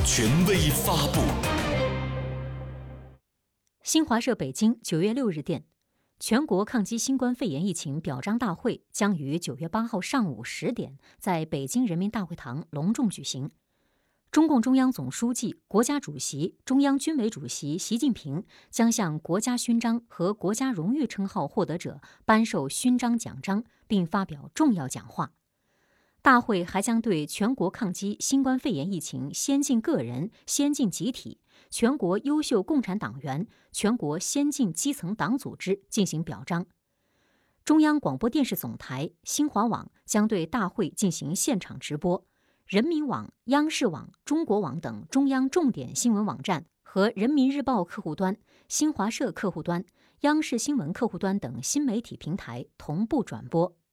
权威发布。 新华社北京9月6日电，全国抗击新冠肺炎疫情表彰大会将于9月8号上午10点在北京人民大会堂隆重举行。中共中央总书记、国家主席、中央军委主席习近平将向国家勋章和国家荣誉称号获得者颁授勋章奖章，并发表重要讲话。大会还将对全国抗击新冠肺炎疫情先进个人、先进集体、全国优秀共产党员、全国先进基层党组织进行表彰。中央广播电视总台、新华网将对大会进行现场直播，人民网、央视网、中国网等中央重点新闻网站和人民日报客户端、新华社客户端、央视新闻客户端等新媒体平台同步转播。